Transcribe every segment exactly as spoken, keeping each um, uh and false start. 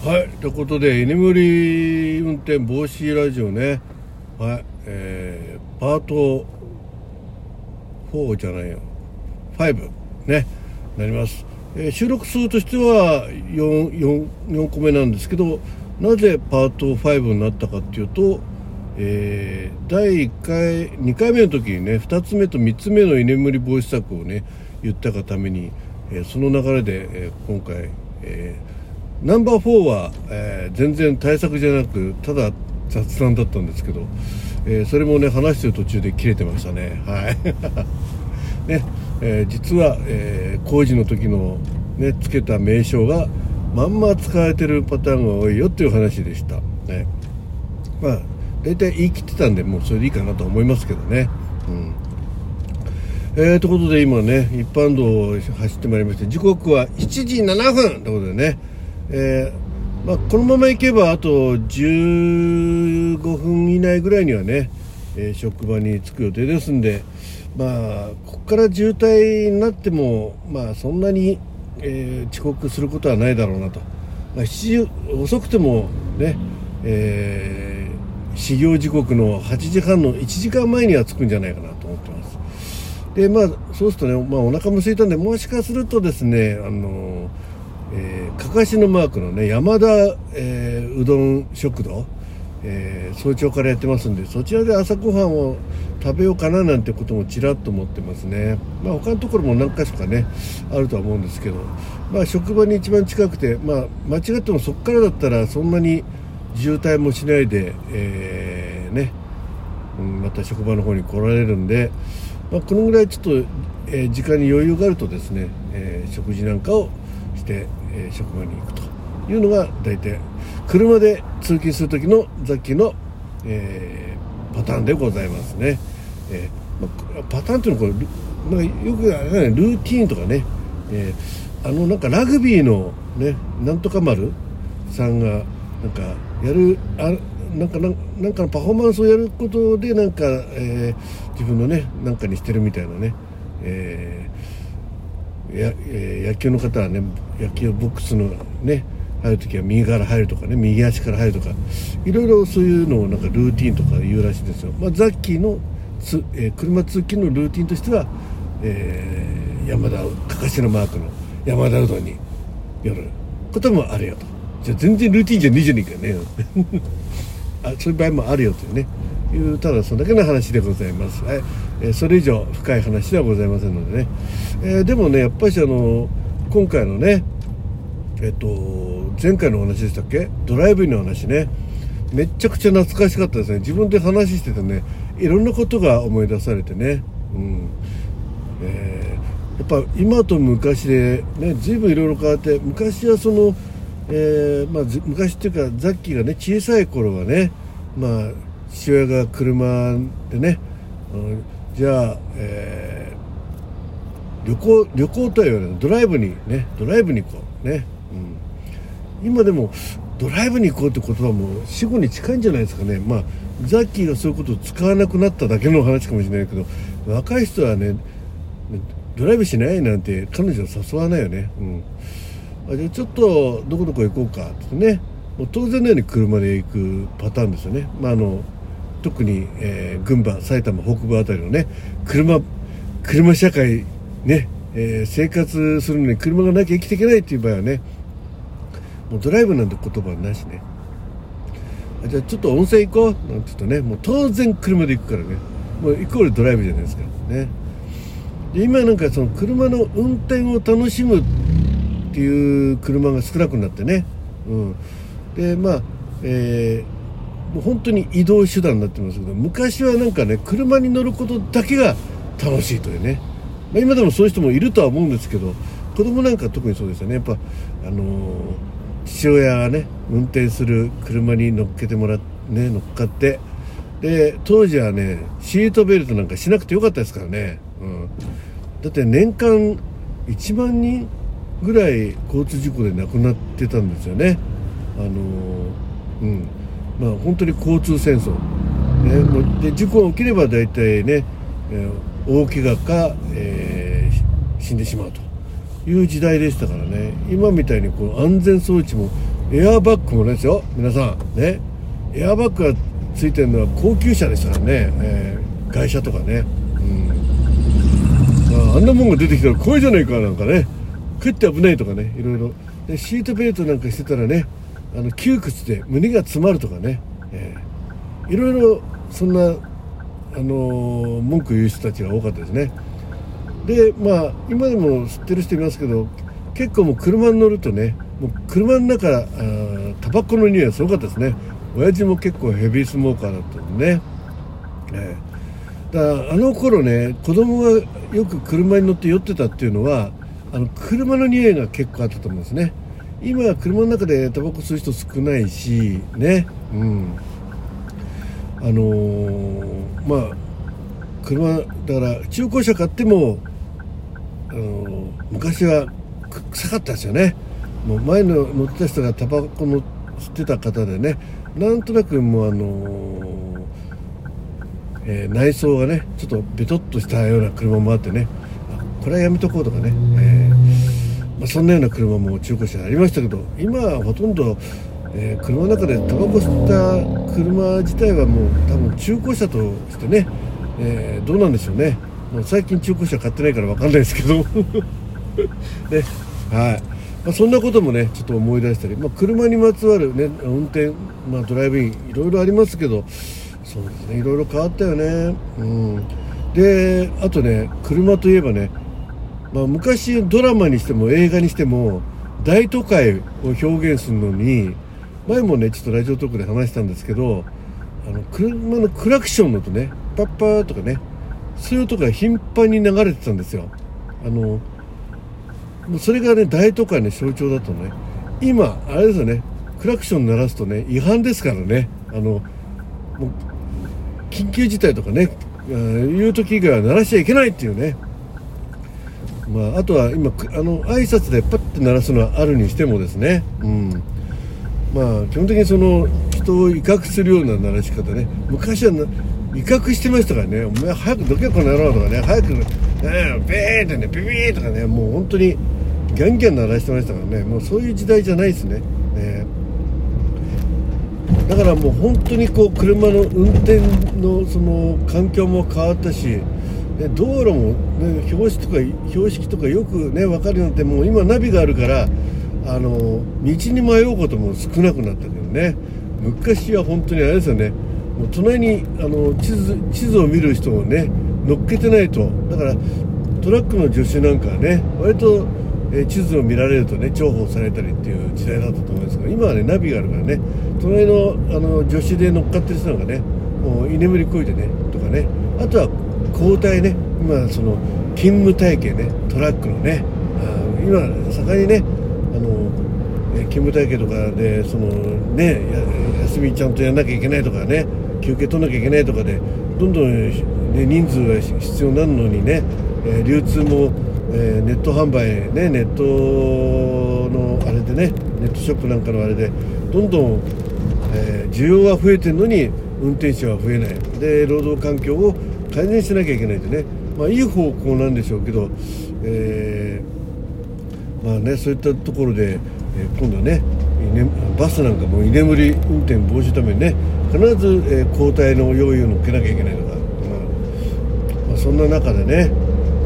はい、ということで居眠り運転防止ラジオね、はい、えー、パートフォーじゃないよファイブねなります。えー、収録数としては 4, 4, 4個目なんですけど、なぜパートファイブになったかっていうと、えー、だいいっかいにかいめの時にねふたつめとみっつめの居眠り防止策をね言ったがために、えー、その流れで、えー、今回、えー、ナンバーフォーは、えー、全然対策じゃなくただ雑談だったんですけど、えー、それもね話してる途中で切れてましたね。はいね、えー、実は、えー、工事の時のねつけた名称がまんま使われてるパターンが多いよっていう話でした、ね。まあ大体言い切ってたんでもうそれでいいかなと思いますけどね。うんえー、ということで今ね一般道を走ってまいりまして、時刻はしちじななふんということでね、えーまあ、このまま行けばあとじゅうごふん以内ぐらいにはね、えー、職場に着く予定ですんで、まあここから渋滞になってもまあそんなに、えー、遅刻することはないだろうなと、まあ、しちじ遅くてもね、えー始業時刻のはちじはんのいちじかんまえには着くんじゃないかなと思ってます。でまあそうするとね、まあ、お腹も空いたんでもしかするとですねあの、えー、かかしのマークのね山田、えー、うどん食堂、えー、早朝からやってますんで、そちらで朝ごはんを食べようかななんてこともちらっと思ってますね。まあ他のところも何か所かねあるとは思うんですけど、まあ職場に一番近くて、まあ間違ってもそこからだったらそんなに渋滞もしないで、えーねうん、また職場の方に来られるんで、まあ、このぐらいちょっと、えー、時間に余裕があるとですね、えー、食事なんかをして、えー、職場に行くというのが大体車で通勤する時のさっきの、えー、パターンでございますね。えーまあ、パターンというのはこれなんかよくあれ、ね、ルーティーンとかね、えー、あのなんかラグビーのねなんとか丸さんがなんかやるあなんかなんなんかのパフォーマンスをやることでなんか、えー、自分のねなんかにしてるみたいなね、えー、やえー、野球の方はね野球ボックスのね入るときは右から入るとかね右足から入るとかいろいろそういうのをなんかルーティンとか言うらしいですよ。まあ、ザッキーのつ、えー、車通勤のルーティンとしては、えー、山田かかしのマークの山田うどんに寄ることもあるよと。じゃあ全然ルーティンじゃねえじゃねえかねあそういう場合もあるよというねいうただそれだけの話でございます。はい、えー、それ以上深い話ではございませんのでね、えー、でもねやっぱりあの今回のねえっと前回のお話でしたっけ、ドライブインの話ね、めっちゃくちゃ懐かしかったですね。自分で話しててねいろんなことが思い出されてね、うんえー、やっぱ今と昔でね随分いろいろ変わって、昔はそのえーまあ、昔っていうかザッキーがね小さい頃はね、まあ、父親が車でね、うん、じゃあ、えー、旅行旅行とは言わないドライブにねドライブに行こうね、うん、今でもドライブに行こうって言葉も死後に近いんじゃないですかね。まあザッキーがそういうことを使わなくなっただけの話かもしれないけど、若い人はねドライブしないなんて彼女は誘わないよね。うんあじゃあちょっとどこどこ行こうかってね、もう当然のように車で行くパターンですよね。まあ、あの特に、えー、群馬埼玉北部あたりのね車車社会ね、えー、生活するのに車がなきゃ生きていけないっていう場合はねもうドライブなんて言葉はなしね。あじゃあちょっと温泉行こうなんて言うとねもう当然車で行くからね、もうイコールドライブじゃないですかね。で今なんかその車の運転を楽しむっていう車が少なくなってね、うん、でまあ、えー、もう本当に移動手段になってますけど、昔はなんかね車に乗ることだけが楽しいというね、まあ、今でもそういう人もいるとは思うんですけど、子供なんか特にそうですよね。やっぱあのー、父親がね運転する車に乗っけてもらってね乗っかって、で当時はねシートベルトなんかしなくてよかったですからね、うん、だって年間いちまんにんぐらい交通事故で亡くなってたんですよね。あのうんまあ本当に交通戦争、ね、もうで事故が起きれば大体ね、えー、大怪我か、えー、死んでしまうという時代でしたからね。今みたいにこう安全装置もエアバッグもですよ皆さんね、エアバッグがついてるのは高級車ですからね、えー、外車とかね、うん、あ, あんなもんが出てきたら怖いじゃないかなんかね、食って危ないとかね、いろいろでシートベルトなんかしてたらね、あの窮屈で胸が詰まるとかね、えー、いろいろそんな、あのー、文句言う人たちが多かったですね。でまあ今でも知ってる人いますけど、結構もう車に乗るとね、もう車の中タバコの匂いがすごかったですね。親父も結構ヘビースモーカーだったんでね、えー、だからあの頃ね、子供がよく車に乗って酔ってたっていうのは、あの車の匂いが結構あったと思うんですね。今は車の中でタバコ吸う人少ないしね、うん、あのー、まあ車だから中古車買っても、あのー、昔は臭かったですよね。もう前の乗ってた人がタバコの吸ってた方でね、なんとなくもうあのーえー、内装がねちょっとベトっとしたような車もあってね、これはやめとこうとかね、えーまあ、そんなような車も中古車ありましたけど、今はほとんど、えー、車の中でタバコ吸った車自体はもう多分中古車としてね、えー、どうなんでしょうね。もう最近中古車買ってないから分かんないですけどね、はい、まあ、そんなこともねちょっと思い出したり、まあ、車にまつわるね運転、まあ、ドライブインいろいろありますけど、そうですね、いろいろ変わったよね、うん、であとね車といえばね、まあ、昔ドラマにしても映画にしても大都会を表現するのに、前もねちょっとラジオトークで話したんですけど、あの車のクラクションの音ね、パッパーとかね、そういう音が頻繁に流れてたんですよ。あのそれがね大都会の象徴だとね、今あれですよね、クラクション鳴らすとね違反ですからね、あのもう緊急事態とかねいう時以外は鳴らしちゃいけないっていうね、まあ、あとは今あの挨拶でパッて鳴らすのはあるにしてもですね、うん、まあ基本的にその人を威嚇するような鳴らし方ね、昔はな威嚇してましたからね、お前早くどけこの野郎とかね、早く、えー、ベーってねビビーとかね、もう本当にギャンギャン鳴らしてましたからね、もうそういう時代じゃないですね。ね、だからもう本当にこう車の運転のその環境も変わったし、ね、道路も、ね、標識とか標識とかよくね分かるようになって、もう今ナビがあるからあの道に迷うことも少なくなったけどね、昔は本当にあれですよね、もう隣にあの地図、地図を見る人をね乗っけてないと、だからトラックの助手なんかはね割と、えー、地図を見られるとね重宝されたりっていう時代だったと思いますが、今はねナビがあるからね、隣のあの助手で乗っかってる人なんかねもう居眠りこいてねとかね、あとは交代ね、今その勤務体系ね、トラックのね、あ今盛んにねあの勤務体系とかでそのね休みちゃんとやんなきゃいけないとかね、休憩取んなきゃいけないとかでどんどん、ね、人数が必要になるのにね、えー、流通も、えー、ネット販売ね、ネットのあれでね、ネットショップなんかのあれでどんどん、えー、需要は増えてるのに運転手は増えないで、労働環境を改善しなきゃいけないとね、まあいい方向なんでしょうけど、えー、まあねそういったところで、えー、今度はねバスなんかも居眠り運転防止のためにね必ず、えー、交代の用意を乗っけなきゃいけないとか、まあまあ、そんな中でね、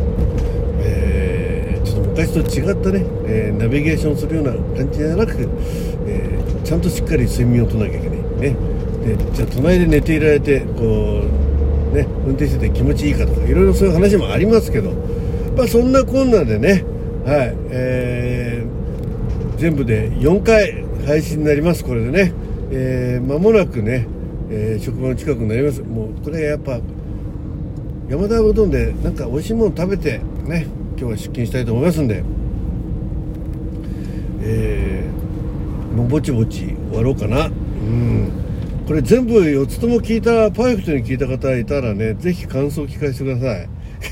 えー、ちょっと昔と違ったね、えー、ナビゲーションするような感じじゃなくて、えー、ちゃんとしっかり睡眠をとらなきゃいけないね。でじゃあ隣で寝ていられてこうね運転してて気持ちいいかとかいろいろそういう話もありますけど、まあそんなこんなでね、はい、えー、全部でよんかい配信になります。これでね、えー、間もなくね、えー、職場の近くになります。もうこれやっぱ山田うどんでなんか美味しいもの食べてね今日は出勤したいと思いますんで、えー、もうぼちぼち終わろうかな。うん、これ全部よっつとも聞いた、パーフェクトに聞いた方いたらねぜひ感想を聞かせてください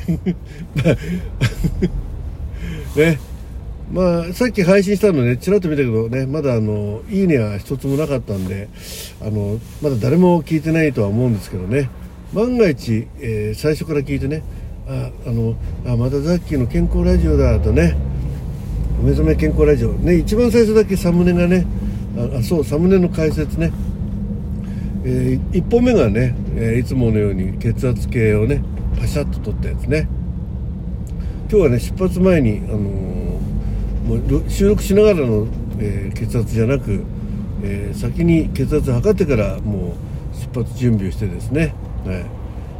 ね、まあさっき配信したのねちらっと見たけどね、まだあのいいねは一つもなかったんで、あのまだ誰も聞いてないとは思うんですけどね、万が一、えー、最初から聞いてね、ああのあまたザッキーの健康ラジオだとね、お目覚め健康ラジオね、一番最初だけサムネがねあそうサムネの解説ね、えー、いっぽんめがね、えー、いつものように血圧計をねパシャッと取ったやつね。今日はね出発前に、あのー、もう収録しながらの、えー、血圧じゃなく、えー、先に血圧測ってからもう出発準備をしてですね、はい、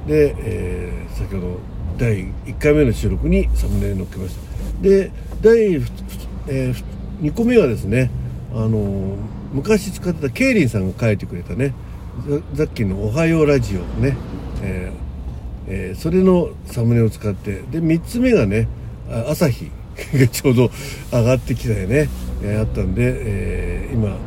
で、えー、先ほどだいいっかいめの収録にサムネに載っけました。でだい、えー、にこめはですね、あのー、昔使ってたケイリンさんが書いてくれたねザッキーのおはようラジオね、えーえー、それのサムネを使って、でみっつめがね朝日がちょうど上がってきたよね、えー、あったんで、えー、今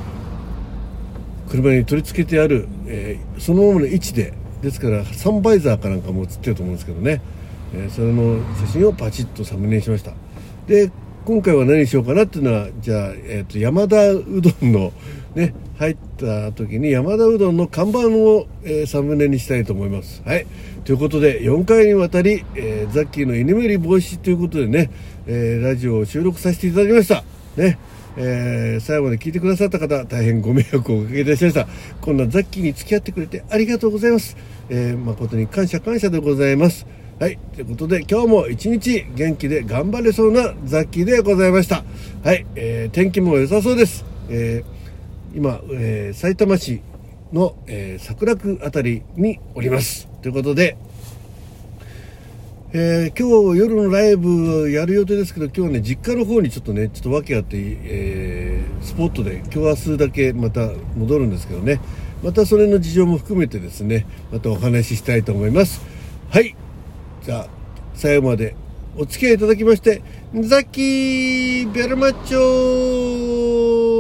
車に取り付けてある、えー、そのままの位置でですからサンバイザーかなんかも映ってると思うんですけどね、えー、それの写真をパチッとサムネにしました。で今回は何しようかなっていうのは、じゃあ、えー、と山田うどんのね入った時に山田うどんの看板を、えー、サムネにしたいと思います。はい、ということでよんかいにわたり、えー、ザッキーの居眠り防止ということでね、えー、ラジオを収録させていただきましたね。えー、最後まで聞いてくださった方大変ご迷惑をおかけいたしました。こんなザッキーに付き合ってくれてありがとうございます。えー、誠に感謝感謝でございます。はい、ということで今日も一日元気で頑張れそうなザッキーでございました。はい、えー、天気も良さそうです。えー、今、えー、埼玉市の、えー、桜区あたりにおりますということで、えー、今日夜のライブやる予定ですけど、今日ね実家の方にちょっとねちょっと訳あって、えー、スポットで今日明日だけまた戻るんですけどね、またそれの事情も含めてですねまたお話ししたいと思います。はい、じゃあ最後までお付き合いいただきましてザッキーベルマッチョー。